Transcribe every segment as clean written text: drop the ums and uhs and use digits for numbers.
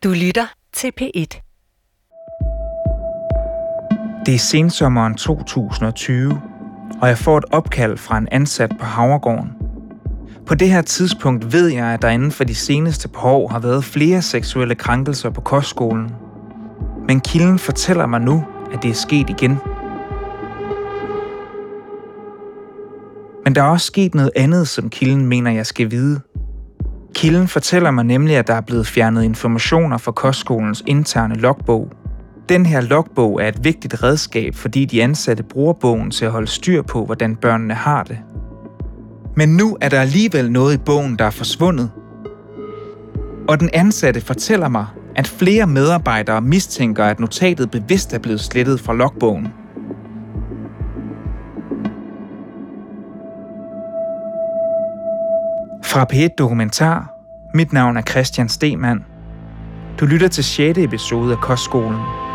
Du lytter til P1. Det er sensommeren 2020, og jeg får et opkald fra en ansat på Havregården. På det her tidspunkt ved jeg, at der inden for de seneste par år har været flere seksuelle krænkelser på kostskolen. Men kilden fortæller mig nu, at det er sket igen. Men der er også sket noget andet, som kilden mener, jeg skal vide. Kilden fortæller mig nemlig, at der er blevet fjernet informationer fra kostskolens interne logbog. Den her logbog er et vigtigt redskab, fordi de ansatte bruger bogen til at holde styr på, hvordan børnene har det. Men nu er der alligevel noget i bogen, der er forsvundet. Og den ansatte fortæller mig, at flere medarbejdere mistænker, at notatet bevidst er blevet slettet fra logbogen. Fra P1 Dokumentar. Mit navn er Christian Stemann. Du lytter til 6. episode af Kostskolen.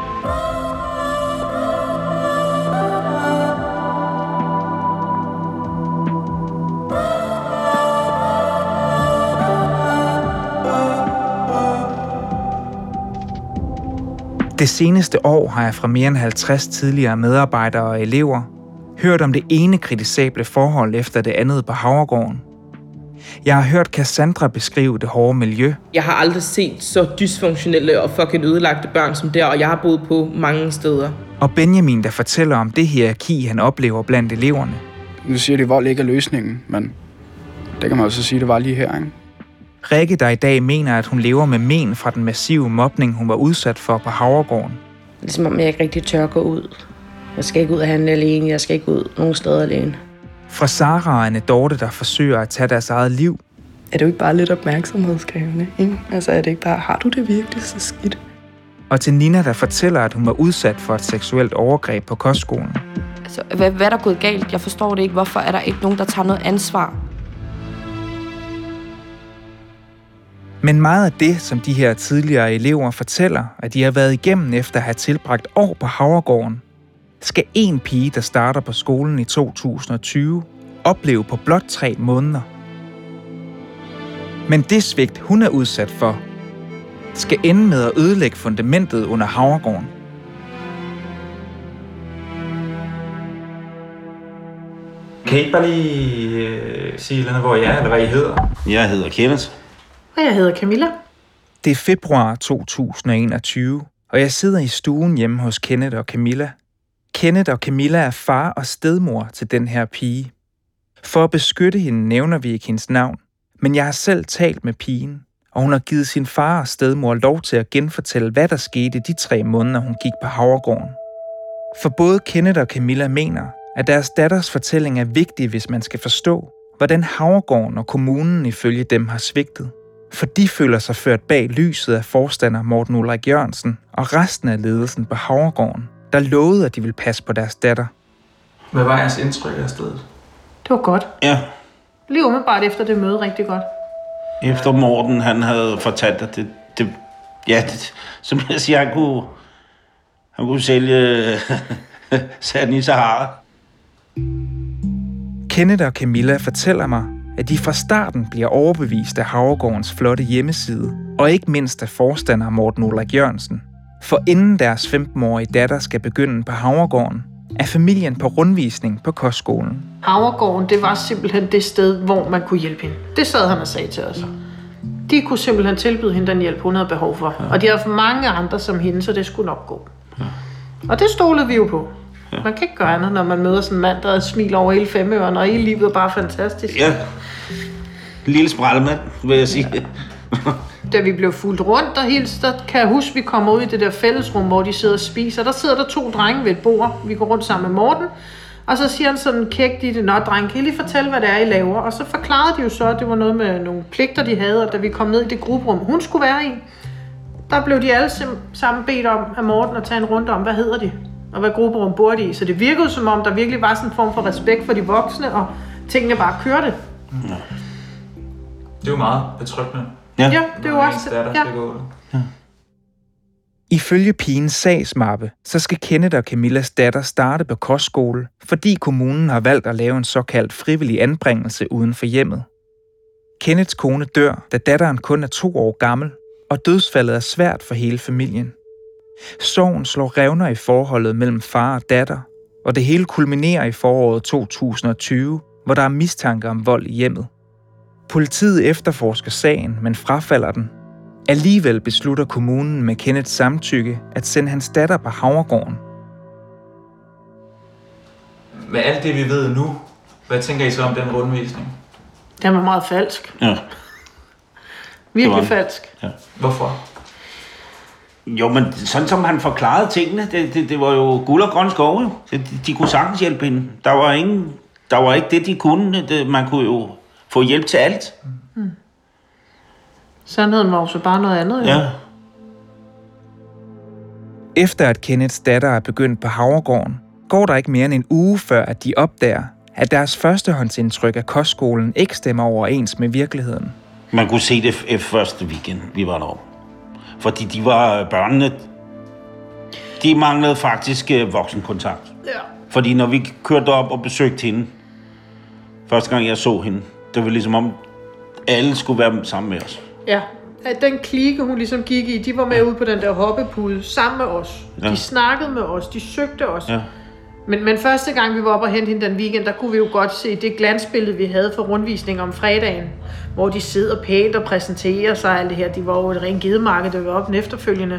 Det seneste år har jeg fra mere end 50 tidligere medarbejdere og elever hørt om det ene kritisable forhold efter det andet på Havregården. Jeg har hørt Cassandra beskrive det hårde miljø. Jeg har aldrig set så dysfunktionelle og fucking ødelagte børn som der, og jeg har boet på mange steder. Og Benjamin, der fortæller om det hierarki, han oplever blandt eleverne. Nu siger de, at vold ikke er løsningen, men det kan man jo så sige, det var lige her, ikke? Rikke, der i dag mener, at hun lever med men fra den massive mobning, hun var udsat for på Havregården. Det er som om, jeg ikke rigtig tør gå ud. Jeg skal ikke ud og handle alene, jeg skal ikke ud nogen steder alene. Fra Sara og Anne Dorte, der forsøger at tage deres eget liv. Er det jo ikke bare lidt opmærksomhedskrævende, ikke? Altså er det ikke bare, har du det virkelig så skidt? Og til Nina, der fortæller, at hun var udsat for et seksuelt overgreb på kostskolen. Altså, hvad er der gået galt? Jeg forstår det ikke. Hvorfor er der ikke nogen, der tager noget ansvar? Men meget af det, som de her tidligere elever fortæller, at de har været igennem efter at have tilbragt år på Havregården, skal en pige, der starter på skolen i 2020, opleve på blot 3 måneder. Men det svigt, hun er udsat for, skal ende med at ødelægge fundamentet under Havregården. Kan I ikke bare lige sige noget, hvor jeg er, eller hvad I hedder? Jeg hedder Kenneth. Og jeg hedder Camilla. Det er februar 2021, og jeg sidder i stuen hjemme hos Kenneth og Camilla. Kenneth og Camilla er far og stedmor til den her pige. For at beskytte hende nævner vi ikke hendes navn, men jeg har selv talt med pigen, og hun har givet sin far og stedmor lov til at genfortælle, hvad der skete de 3 måneder, hun gik på Havregården. For både Kenneth og Camilla mener, at deres datters fortælling er vigtig, hvis man skal forstå, hvordan Havregården og kommunen ifølge dem har svigtet. For de føler sig ført bag lyset af forstander Morten Ulrik Jørgensen og resten af ledelsen på Havregården, der lovede, at de ville passe på deres datter. Hvad var jeres indtryk af stedet? Det var godt. Ja, Lige umiddelbart efter det møde rigtig godt. efter Morten, han havde fortalt, at det som jeg siger, han kunne sælge sanden i Sahara. Kenneth og Camilla fortæller mig, at de fra starten bliver overbevist af Havregårdens flotte hjemmeside, og ikke mindst af forstander Morten Ulrik Jørgensen. For inden deres 15-årige datter skal begynde på Havregården, er familien på rundvisning på kostskolen. Havregården, det var simpelthen det sted, hvor man kunne hjælpe hende. Det sad han og sagde til os. De kunne simpelthen tilbyde hende den hjælp, hun havde behov for. Og de har haft mange andre som hende, så det skulle nok gå. Og det stolede vi jo på. Man kan ikke gøre andet, når man møder sådan en mand, der smiler over hele Femøren, og hele livet er bare fantastisk. Ja, lille sprællemand, vil jeg sige. Da vi blev fulgt rundt og hilste, der kan jeg huske, vi kommer ud i det der fællesrum, hvor de sidder og spiser. Der sidder der 2 drenge ved et bord. Vi går rundt sammen med Morten. Og så siger han sådan kægt i det, nå drenge, kan I lige fortælle, hvad det er, I laver? Og så forklarede de jo så, at det var noget med nogle pligter, de havde, og da vi kom ned i det grupperum, hun skulle være i, der blev de alle sammen bedt om af Morten at tage en runde om, hvad hedder de? Og hvad grupperum bor de i? Så det virkede som om, der virkelig var sådan en form for respekt for de voksne, og tingene bare kørte. Det er jo meget betryggende. Ja, det er jo også... Ja. Ifølge pigens sagsmappe, så skal Kenneth og Camillas datter starte på kostskole, fordi kommunen har valgt at lave en såkaldt frivillig anbringelse uden for hjemmet. Kenneths kone dør, da datteren kun er 2 år gammel, og dødsfaldet er svært for hele familien. Sorgen slår revner i forholdet mellem far og datter, og det hele kulminerer i foråret 2020, hvor der er mistanke om vold i hjemmet. Politiet efterforsker sagen, men frafalder den. Alligevel beslutter kommunen med Kenneths samtykke at sende hans datter på Havregården. Med alt det, vi ved nu, hvad tænker I så om den rundvisning? Den var meget falsk. Ja. Virkelig falsk. Ja. Hvorfor? Jo, men sådan som han forklarede tingene, det var jo guld og grøn skov, jo. De kunne sagtens hjælpe hende. Der var ikke det, de kunne. Man kunne jo få hjælp til alt. Mm. Sandheden var jo så bare noget andet, jo. Ja. Efter at Kenneths datter er begyndt på Havregården, går der ikke mere end en uge før, at de opdager, at deres førstehåndsindtryk af kostskolen ikke stemmer overens med virkeligheden. Man kunne se det første weekend, vi var deroppe. Fordi de var børnene, de manglede faktisk voksenkontakt. Ja. Fordi når vi kørte op og besøgte hende, første gang jeg så hende, det var ligesom om alle skulle være sammen med os. Ja, at den klike, hun ligesom gik i, de var med ude på den der hoppepude sammen med os. Ja. De snakkede med os, de søgte os. Ja. Men første gang vi var oppe og hente hende den weekend, der kunne vi jo godt se det glansbillede, vi havde for rundvisning om fredagen, hvor de sidder pænt og præsenterer sig alt det her. De var jo et rent gedemarked, der var op den efterfølgende.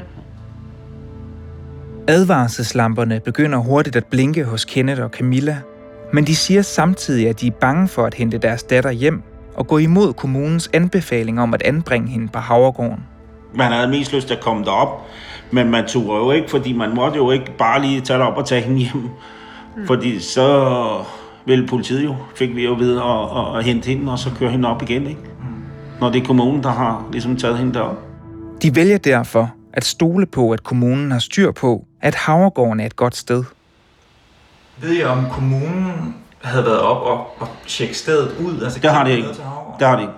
Advarselslamperne begynder hurtigt at blinke hos Kenneth og Camilla, men de siger samtidig, at de er bange for at hente deres datter hjem og gå imod kommunens anbefaling om at anbringe hende på Havregården. Man havde mest lyst til at komme derop, men man turde jo ikke, fordi man måtte jo ikke bare lige tage derop og tage hende hjem. Fordi så ville politiet jo, fik vi jo ved at hente hende og så køre hende op igen, ikke? Når det er kommunen, der har ligesom taget hende derop. De vælger derfor at stole på, at kommunen har styr på, at Havregården er et godt sted. Ved I, om kommunen havde været op og tjekke stedet ud? Altså, det har det ikke. Det har det ikke.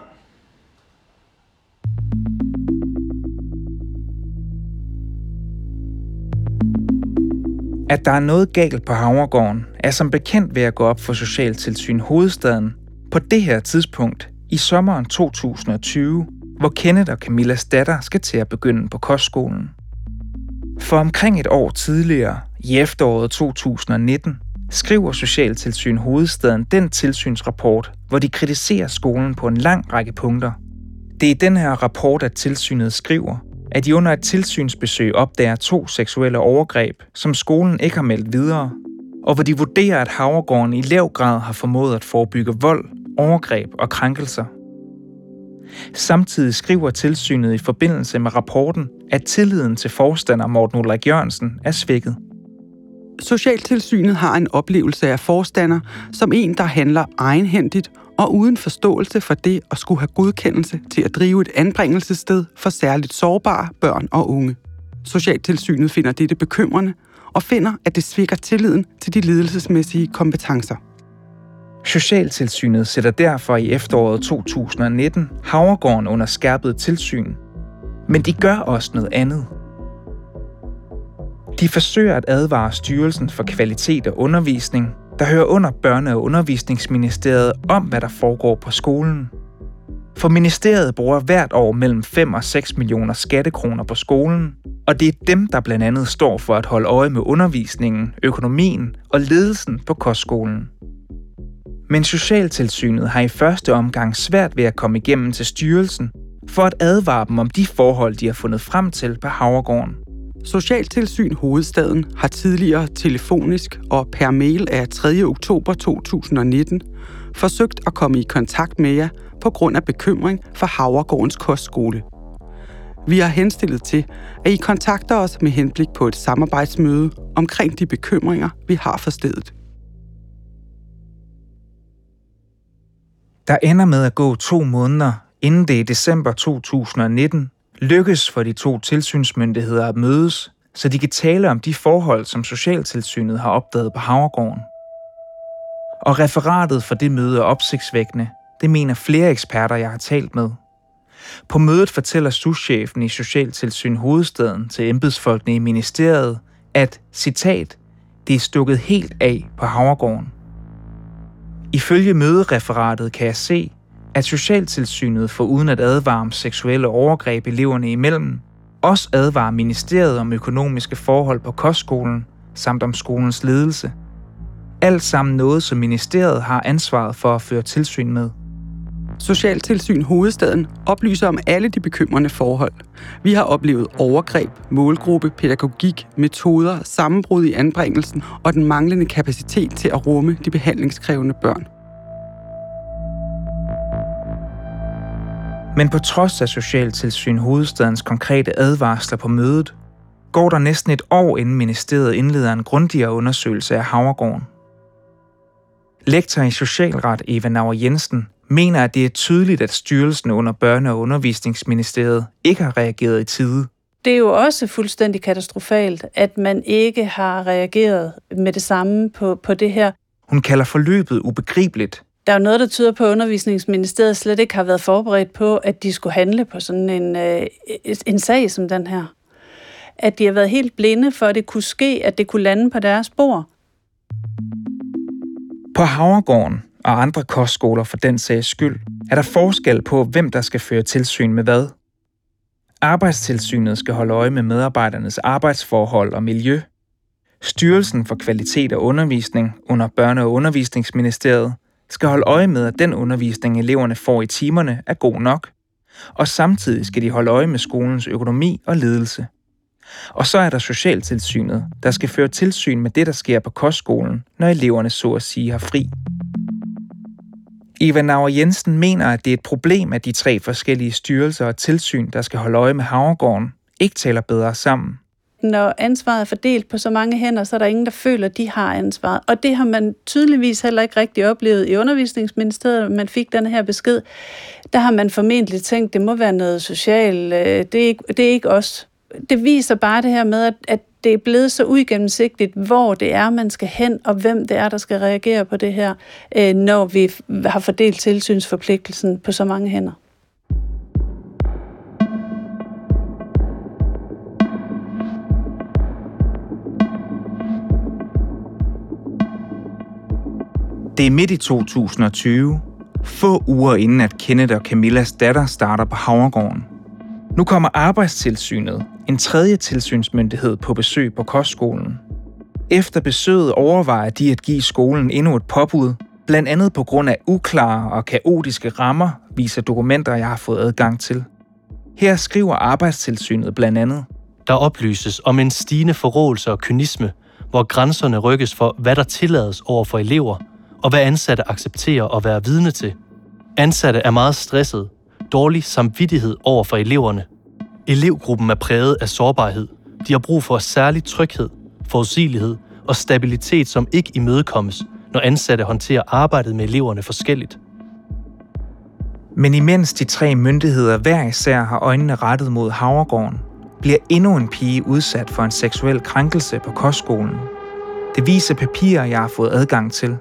At der er noget galt på Havregården, er som bekendt ved at gå op for Socialtilsyn Hovedstaden på det her tidspunkt i sommeren 2020, hvor Kenneth og Camillas datter skal til at begynde på kostskolen. For omkring et år tidligere, i efteråret 2019, skriver Socialtilsyn Hovedstaden den tilsynsrapport, hvor de kritiserer skolen på en lang række punkter. Det er i den her rapport, at tilsynet skriver, at de under et tilsynsbesøg opdager 2 seksuelle overgreb, som skolen ikke har meldt videre, og hvor de vurderer, at Havregården i lav grad har formået at forebygge vold, overgreb og krænkelser. Samtidig skriver tilsynet i forbindelse med rapporten, at tilliden til forstander Morten Ulrik Jørgensen er svækket. Socialtilsynet har en oplevelse af forstander som en, der handler egenhændigt og uden forståelse for det at skulle have godkendelse til at drive et anbringelsessted for særligt sårbare børn og unge. Socialtilsynet finder dette bekymrende og finder, at det svækker tilliden til de ledelsesmæssige kompetencer. Socialtilsynet sætter derfor i efteråret 2019 Havregården under skærpet tilsyn. Men de gør også noget andet. De forsøger at advare Styrelsen for Kvalitet og Undervisning, der hører under Børne- og Undervisningsministeriet, om hvad der foregår på skolen. For ministeriet bruger hvert år mellem 5 og 6 millioner skattekroner på skolen, og det er dem, der blandt andet står for at holde øje med undervisningen, økonomien og ledelsen på kostskolen. Men Socialtilsynet har i første omgang svært ved at komme igennem til styrelsen for at advare dem om de forhold, de har fundet frem til på Havregården. Socialtilsyn Hovedstaden har tidligere telefonisk og per mail af 3. oktober 2019 forsøgt at komme i kontakt med jer på grund af bekymring for Havregårdens kostskole. Vi har henstillet til, at I kontakter os med henblik på et samarbejdsmøde omkring de bekymringer, vi har for stedet. Der ender med at gå 2 måneder, inden det i december 2019 lykkes for de 2 tilsynsmyndigheder at mødes, så de kan tale om de forhold, som Socialtilsynet har opdaget på Havregården. Og referatet for det møde er opsigtsvækkende. Det mener flere eksperter, jeg har talt med. På mødet fortæller souschefen i Socialtilsyn Hovedstaden til embedsfolkene i ministeriet, at, citat, det er stukket helt af på Havregården. Ifølge mødereferatet kan jeg se, at Socialtilsynet, foruden at advare om seksuelle overgreb eleverne imellem, også advarer ministeriet om økonomiske forhold på kostskolen, samt om skolens ledelse. Alt sammen noget, som ministeriet har ansvaret for at føre tilsyn med. Socialtilsyn Hovedstaden oplyser om alle de bekymrende forhold. Vi har oplevet overgreb, målgruppe, pædagogik, metoder, sammenbrud i anbringelsen og den manglende kapacitet til at rumme de behandlingskrævende børn. Men på trods af Socialtilsyn Hovedstadens konkrete advarsler på mødet, går der næsten et år, inden ministeriet indleder en grundigere undersøgelse af Havregården. Lektor i socialret Eva Nauer Jensen mener, at det er tydeligt, at styrelsen under Børne- og Undervisningsministeriet ikke har reageret i tide. Det er jo også fuldstændig katastrofalt, at man ikke har reageret med det samme på det her. Hun kalder forløbet ubegribeligt. Der er jo noget, der tyder på, at Undervisningsministeriet slet ikke har været forberedt på, at de skulle handle på sådan en sag som den her. At de har været helt blinde for, at det kunne ske, at det kunne lande på deres bord. På Havregården og andre kostskoler for den sags skyld, er der forskel på, hvem der skal føre tilsyn med hvad. Arbejdstilsynet skal holde øje med medarbejdernes arbejdsforhold og miljø. Styrelsen for Kvalitet og Undervisning under Børne- og Undervisningsministeriet skal holde øje med, at den undervisning, eleverne får i timerne, er god nok. Og samtidig skal de holde øje med skolens økonomi og ledelse. Og så er der Socialtilsynet, der skal føre tilsyn med det, der sker på kostskolen, når eleverne så at sige har fri. Eva Nauer Jensen mener, at det er et problem, at de 3 forskellige styrelser og tilsyn, der skal holde øje med Havregården, ikke taler bedre sammen. Når ansvaret er fordelt på så mange hænder, så er der ingen, der føler, at de har ansvaret. Og det har man tydeligvis heller ikke rigtig oplevet i Undervisningsministeriet. Man fik den her besked. Der har man formentlig tænkt, det må være noget socialt. Det er ikke os. Det viser bare det her med, at det er blevet så uigennemsigtigt, hvor det er, man skal hen, og hvem det er, der skal reagere på det her, når vi har fordelt tilsynsforpligtelsen på så mange hænder. Det er midt i 2020, få uger inden at Kenneth og Camillas datter starter på Havregården. Nu kommer Arbejdstilsynet, en tredje tilsynsmyndighed, på besøg på kostskolen. Efter besøget overvejer de at give skolen endnu et påbud, blandt andet på grund af uklare og kaotiske rammer, viser dokumenter, jeg har fået adgang til. Her skriver Arbejdstilsynet blandt andet: Der oplyses om en stigende forrådelse og kynisme, hvor grænserne rykkes for, hvad der tillades over for elever, og hvad ansatte accepterer at være vidne til. Ansatte er meget stresset, dårlig samvittighed over for eleverne. Elevgruppen er præget af sårbarhed. De har brug for særlig tryghed, forudsigelighed og stabilitet, som ikke imødekommes, når ansatte håndterer arbejdet med eleverne forskelligt. Men imens de 3 myndigheder hver især har øjnene rettet mod Havregården, bliver endnu en pige udsat for en seksuel krænkelse på kostskolen. Det viser papirer, jeg har fået adgang til.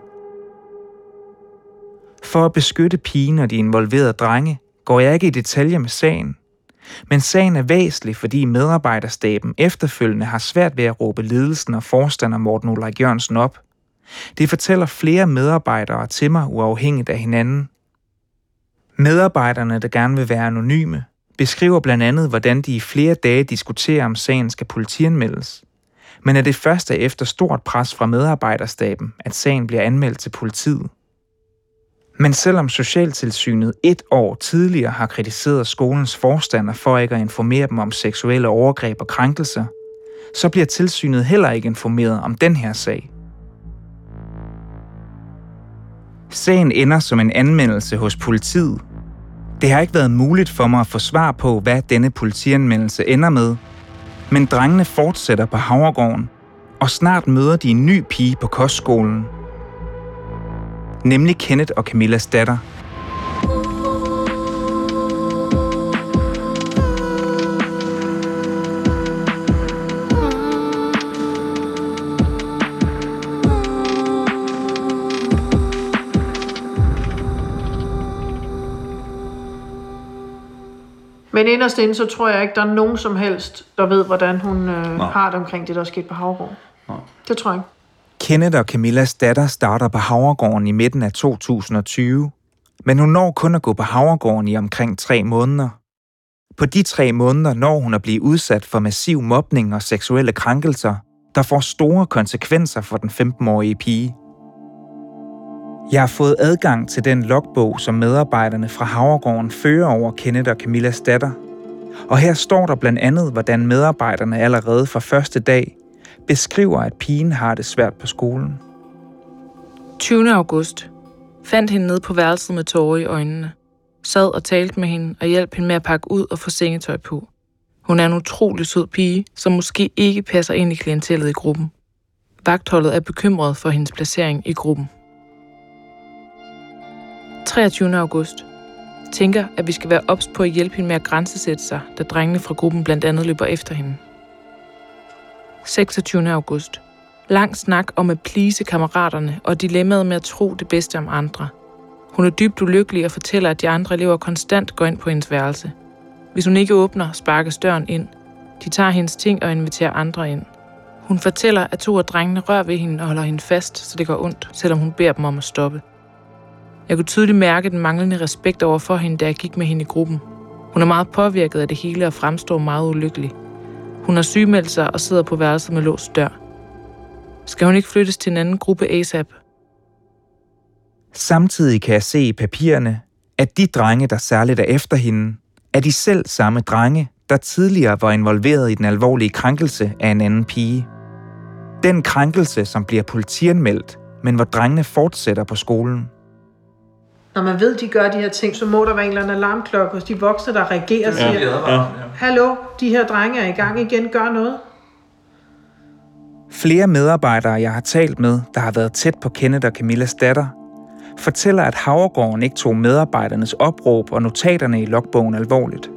For at beskytte pigen og de involverede drenge, går jeg ikke i detaljer med sagen. Men sagen er væsentlig, fordi medarbejderstaben efterfølgende har svært ved at råbe ledelsen og forstander Morten Ulrik Jørgensen op. Det fortæller flere medarbejdere til mig uafhængigt af hinanden. Medarbejderne, der gerne vil være anonyme, beskriver blandt andet, hvordan de i flere dage diskuterer, om sagen skal politianmeldes. Men at det først er efter stort pres fra medarbejderstaben, at sagen bliver anmeldt til politiet. Men selvom Socialtilsynet 1 år tidligere har kritiseret skolens forstander for ikke at informere dem om seksuelle overgreb og krænkelser, så bliver tilsynet heller ikke informeret om den her sag. Sagen ender som en anmeldelse hos politiet. Det har ikke været muligt for mig at få svar på, hvad denne politianmeldelse ender med, men drengene fortsætter på Havregården, og snart møder de en ny pige på kostskolen. Nemlig Kenneth og Camillas datter. Men inderst inde, så tror jeg ikke, der er nogen som helst, der ved, hvordan hun har det omkring det, der er sket på Havregården. Det tror jeg ikke. Kenneth og Camillas datter starter på Havregården i midten af 2020, Men hun når kun at gå på Havregården i omkring 3 måneder. På de 3 måneder når hun at blive udsat for massiv mobning og seksuelle krænkelser, der får store konsekvenser for den 15-årige pige. Jeg har fået adgang til den logbog, som medarbejderne fra Havregården fører over Kenneth og Camillas datter. Og her står der blandt andet, hvordan medarbejderne allerede fra første dag beskriver, at pigen har det svært på skolen. 20. august. Fandt hende nede på værelset med tårer i øjnene. Sad og talte med hende og hjalp hende med at pakke ud og få sengetøj på. Hun er en utrolig sød pige, som måske ikke passer ind i klientellet i gruppen. Vagtholdet er bekymret for hendes placering i gruppen. 23. august. Tænker, at vi skal være ops på at hjælpe hende med at grænsesætte sig, da drengene fra gruppen blandt andet løber efter hende. 26. august. Lang snak om at please kammeraterne og dilemmaet med at tro det bedste om andre. Hun er dybt ulykkelig og fortæller, at de andre elever konstant går ind på hendes værelse. Hvis hun ikke åbner, sparkes døren ind. De tager hendes ting og inviterer andre ind. Hun fortæller, at 2 af drengene rører ved hende og holder hende fast, så det gør ondt, selvom hun beder dem om at stoppe. Jeg kunne tydeligt mærke den manglende respekt over for hende, da jeg gik med hende i gruppen. Hun er meget påvirket af det hele og fremstår meget ulykkelig. Hun har sygemeldt sig og sidder på værelset med låst dør. Skal hun ikke flyttes til en anden gruppe ASAP? Samtidig kan jeg se i papirerne, at de drenge, der særligt er efter hende, er de selv samme drenge, der tidligere var involveret i den alvorlige krænkelse af en anden pige. Den krænkelse, som bliver politianmeldt, men hvor drengene fortsætter på skolen. Når man ved, de gør de her ting, så må der være en eller anden alarmklokke hos de voksne, der reagerer og siger, hallo, de her drenge er i gang igen, gør noget. Flere medarbejdere, jeg har talt med, der har været tæt på Kenneth og Camillas datter, fortæller, at Havregården ikke tog medarbejdernes opråb og notaterne i logbogen alvorligt.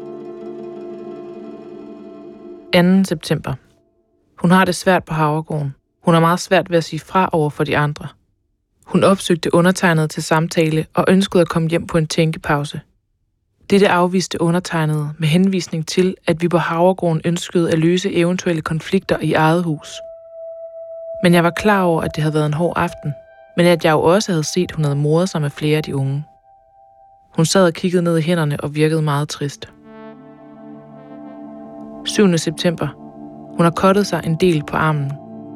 2. september. Hun har det svært på Havregården. Hun har meget svært ved at sige fra over for de andre. Hun opsøgte undertegnede til samtale og ønskede at komme hjem på en tænkepause. Dette afviste undertegnede med henvisning til, at vi på Havregården ønskede at løse eventuelle konflikter i eget hus. Men jeg var klar over, at det havde været en hård aften, men at jeg jo også havde set, at hun havde moret sig med flere af de unge. Hun sad og kiggede ned i hænderne og virkede meget trist. 7. september. Hun har kottet sig en del på armen.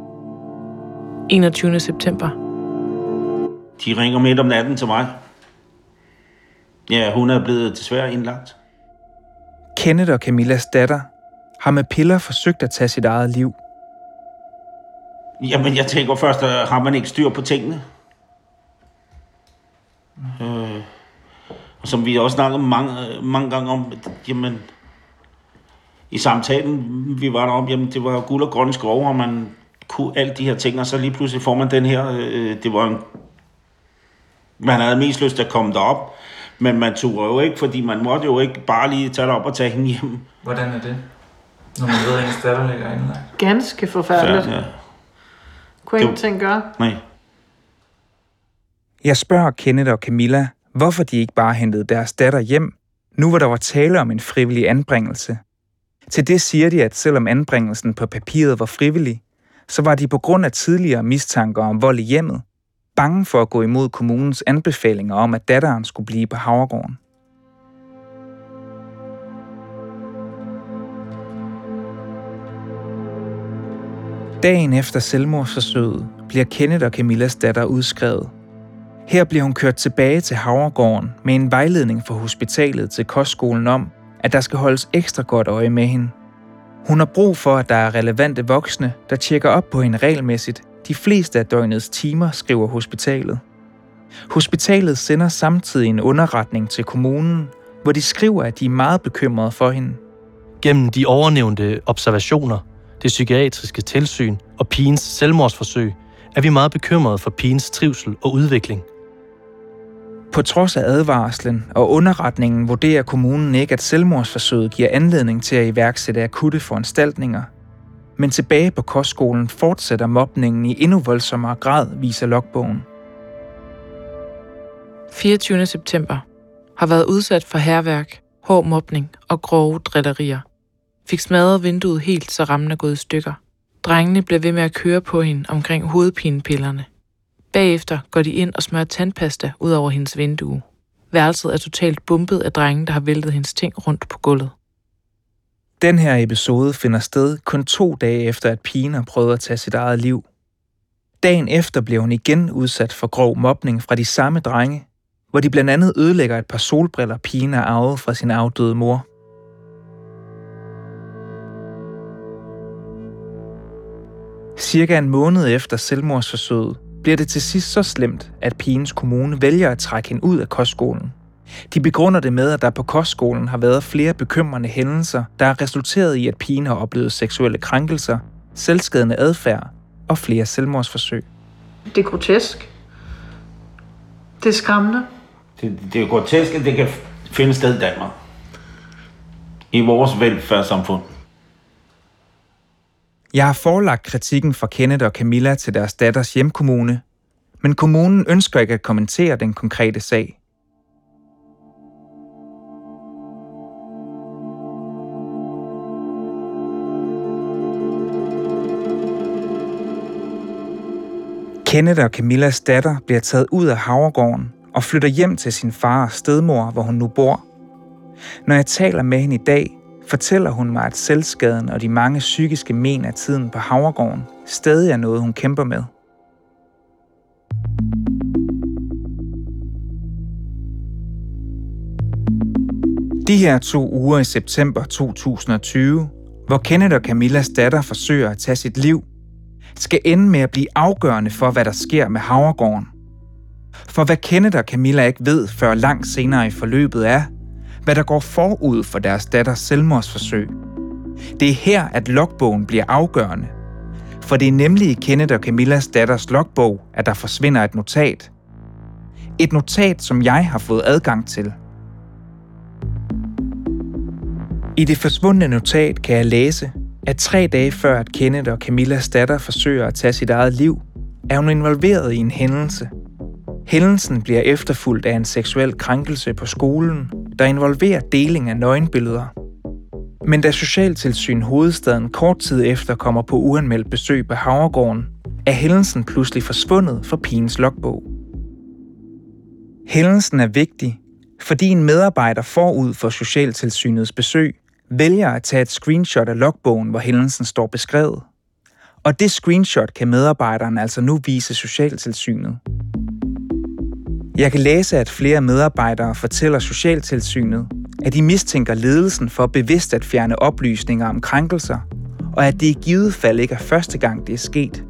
21. september. De ringer midt om natten til mig. Ja, hun er blevet desværre indlagt. Kenneth og Camillas datter har med piller forsøgt at tage sit eget liv. Jamen, jeg tænker først, at har man ikke styr på tingene. Og som vi også snakkede mange gange om, jamen, i samtalen, vi var derom, jamen, det var guld og grønne skove, og man kunne alle de her ting, og så lige pludselig får man den her, det var en... Man havde mest lyst til at komme derop, men man tog jo ikke, fordi man måtte jo ikke bare lige tage derop og tage hende hjem. Hvordan er det, når man ved, at ens datter ligger indlagt? Ganske forfærdeligt. Ja. Kunne ingenting gøre? Nej. Jeg spørger Kenneth og Camilla, hvorfor de ikke bare hentede deres datter hjem, nu hvor der var tale om en frivillig anbringelse. Til det siger de, at selvom anbringelsen på papiret var frivillig, så var de på grund af tidligere mistanker om vold i hjemmet bange for at gå imod kommunens anbefalinger om, at datteren skulle blive på Havregården. Dagen efter selvmordsforsøget bliver Kenneth og Camillas datter udskrevet. Her bliver hun kørt tilbage til Havregården med en vejledning fra hospitalet til kostskolen om, at der skal holdes ekstra godt øje med hende. Hun har brug for, at der er relevante voksne, der tjekker op på hende regelmæssigt de fleste af døgnets timer, skriver hospitalet. Hospitalet sender samtidig en underretning til kommunen, hvor de skriver, at de er meget bekymrede for hende. Gennem de overnævnte observationer, det psykiatriske tilsyn og pigens selvmordsforsøg, er vi meget bekymrede for pigens trivsel og udvikling. På trods af advarslen og underretningen vurderer kommunen ikke, at selvmordsforsøget giver anledning til at iværksætte akutte foranstaltninger. Men tilbage på kostskolen fortsætter mobningen i endnu voldsommere grad, viser logbogen. 24. september. Har været udsat for hærværk, hård mobning og grove drillerier. Fik smadret vinduet helt, så rammen er gået i stykker. Drengene bliver ved med at køre på hende omkring hovedpinepillerne. Bagefter går de ind og smører tandpasta ud over hendes vindue. Værelset er totalt bumpet af drenge, der har væltet hendes ting rundt på gulvet. Den her episode finder sted kun 2 dage efter, at pigen har prøvet at tage sit eget liv. Dagen efter bliver hun igen udsat for grov mobning fra de samme drenge, hvor de blandt andet ødelægger et par solbriller, pigen har arvet fra sin afdøde mor. Cirka en måned efter selvmordsforsøget bliver det til sidst så slemt, at pigens kommune vælger at trække hende ud af kostskolen. De begrunder det med, at der på kostskolen har været flere bekymrende hændelser, der har resulteret i, at pigen har oplevet seksuelle krænkelser, selvskadende adfærd og flere selvmordsforsøg. Det er grotesk. Det er skræmmende. Det er grotesk, at det kan finde sted i Danmark. I vores velfærdssamfund. Jeg har forelagt kritikken fra Kenneth og Camilla til deres datters hjemkommune, men kommunen ønsker ikke at kommentere den konkrete sag. Kenneth og Camillas datter bliver taget ud af Havregården og flytter hjem til sin far og stedmor, hvor hun nu bor. Når jeg taler med hende i dag, fortæller hun mig, at selvskaden og de mange psykiske men af tiden på Havregården stadig er noget, hun kæmper med. De her 2 uger i september 2020, hvor Kenneth og Camillas datter forsøger at tage sit liv, skal ende med at blive afgørende for, hvad der sker med Havregården. For hvad Kenneth og Camilla ikke ved før langt senere i forløbet er, hvad der går forud for deres datters selvmordsforsøg. Det er her, at logbogen bliver afgørende. For det er nemlig i Kenneth og Camillas datters logbog, at der forsvinder et notat. Et notat, som jeg har fået adgang til. I det forsvundne notat kan jeg læse, at 3 dage før, at Kenneth og Camillas datter forsøger at tage sit eget liv, er hun involveret i en hændelse. Hændelsen bliver efterfulgt af en seksuel krænkelse på skolen, der involverer deling af nøgenbilleder. Men da Socialtilsyn Hovedstaden kort tid efter kommer på uanmeldt besøg på Havregården, er hændelsen pludselig forsvundet fra pigens logbog. Hændelsen er vigtig, fordi en medarbejder forud for Socialtilsynets besøg vælger at tage et screenshot af logbogen, hvor hændelsen står beskrevet. Og det screenshot kan medarbejderen altså nu vise Socialtilsynet. Jeg kan læse, at flere medarbejdere fortæller Socialtilsynet, at de mistænker ledelsen for bevidst at fjerne oplysninger om krænkelser, og at det i givet fald ikke er første gang, det er sket.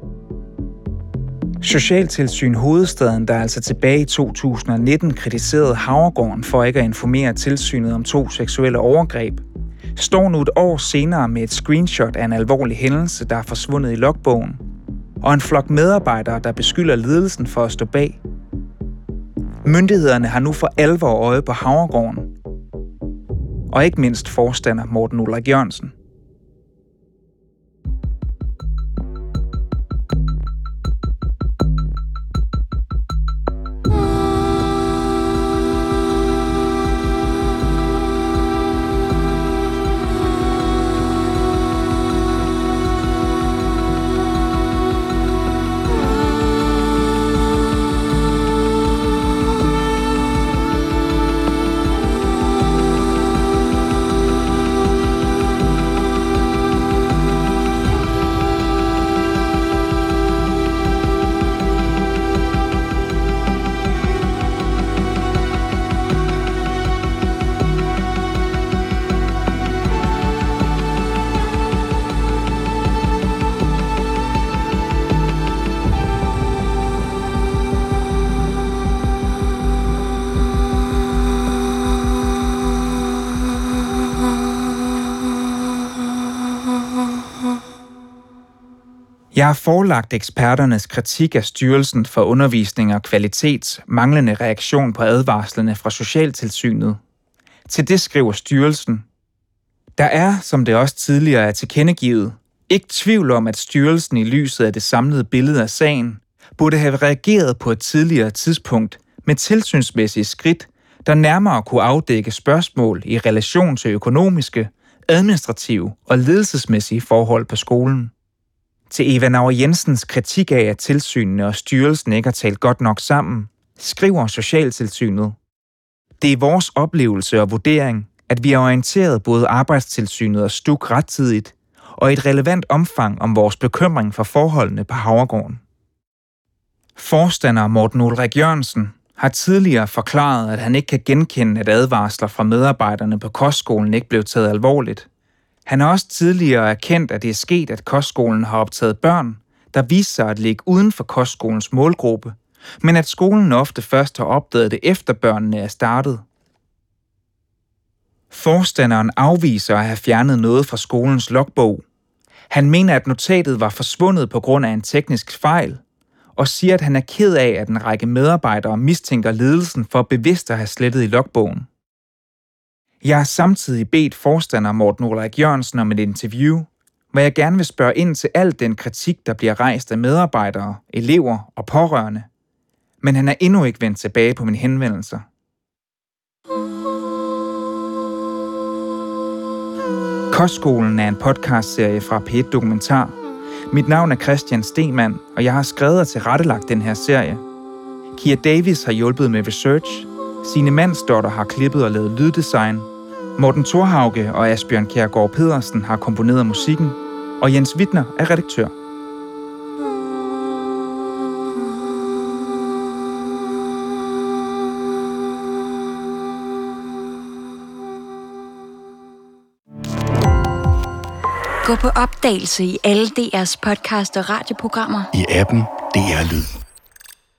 Socialtilsyn Hovedstaden, der altså tilbage i 2019 kritiserede Havregården for ikke at informere tilsynet om 2 seksuelle overgreb, står nu et år senere med et screenshot af en alvorlig hændelse, der er forsvundet i logbogen, og en flok medarbejdere, der beskylder ledelsen for at stå bag. Myndighederne har nu for alvor øje på Havregården, og ikke mindst forstander Morten Ulrik Jørgensen. Jeg har forelagt eksperternes kritik af Styrelsen for Undervisning og Kvalitets manglende reaktion på advarslerne fra Socialtilsynet. Til det skriver styrelsen: Der er, som det også tidligere er tilkendegivet, ikke tvivl om, at styrelsen i lyset af det samlede billede af sagen burde have reageret på et tidligere tidspunkt med tilsynsmæssige skridt, der nærmere kunne afdække spørgsmål i relation til økonomiske, administrative og ledelsesmæssige forhold på skolen. Til Eva Nauer Jensens kritik af, at tilsynene og styrelsen ikke har talt godt nok sammen, skriver Socialtilsynet: Det er vores oplevelse og vurdering, at vi har orienteret både Arbejdstilsynet og STUK rettidigt, og i et relevant omfang om vores bekymring for forholdene på Havregården. Forstander Morten Ulrik Jørgensen har tidligere forklaret, at han ikke kan genkende, at advarsler fra medarbejderne på kostskolen ikke blev taget alvorligt. Han har også tidligere erkendt, at det er sket, at kostskolen har optaget børn, der viser sig at ligge uden for kostskolens målgruppe, men at skolen ofte først har opdaget det, efter børnene er startet. Forstanderen afviser at have fjernet noget fra skolens logbog. Han mener, at notatet var forsvundet på grund af en teknisk fejl, og siger, at han er ked af, at en række medarbejdere mistænker ledelsen for bevidst at have slettet i logbogen. Jeg har samtidig bedt forstander Morten Ulrik Jørgensen om et interview, hvor jeg gerne vil spørge ind til al den kritik, der bliver rejst af medarbejdere, elever og pårørende. Men han er endnu ikke vendt tilbage på mine henvendelser. Kostskolen er en podcastserie fra P1 Dokumentar. Mit navn er Christian Stemann, og jeg har skrevet og tilrettelagt den her serie. Kia Davis har hjulpet med research, Signe Mandsdotter har klippet og lavet lyddesign, Morten Thorhauge og Asbjørn Kjærgaard Pedersen har komponeret musikken, og Jens Wittner er redaktør. Gå på opdagelse i alle DR's podcast og radioprogrammer. I appen DR Lyd.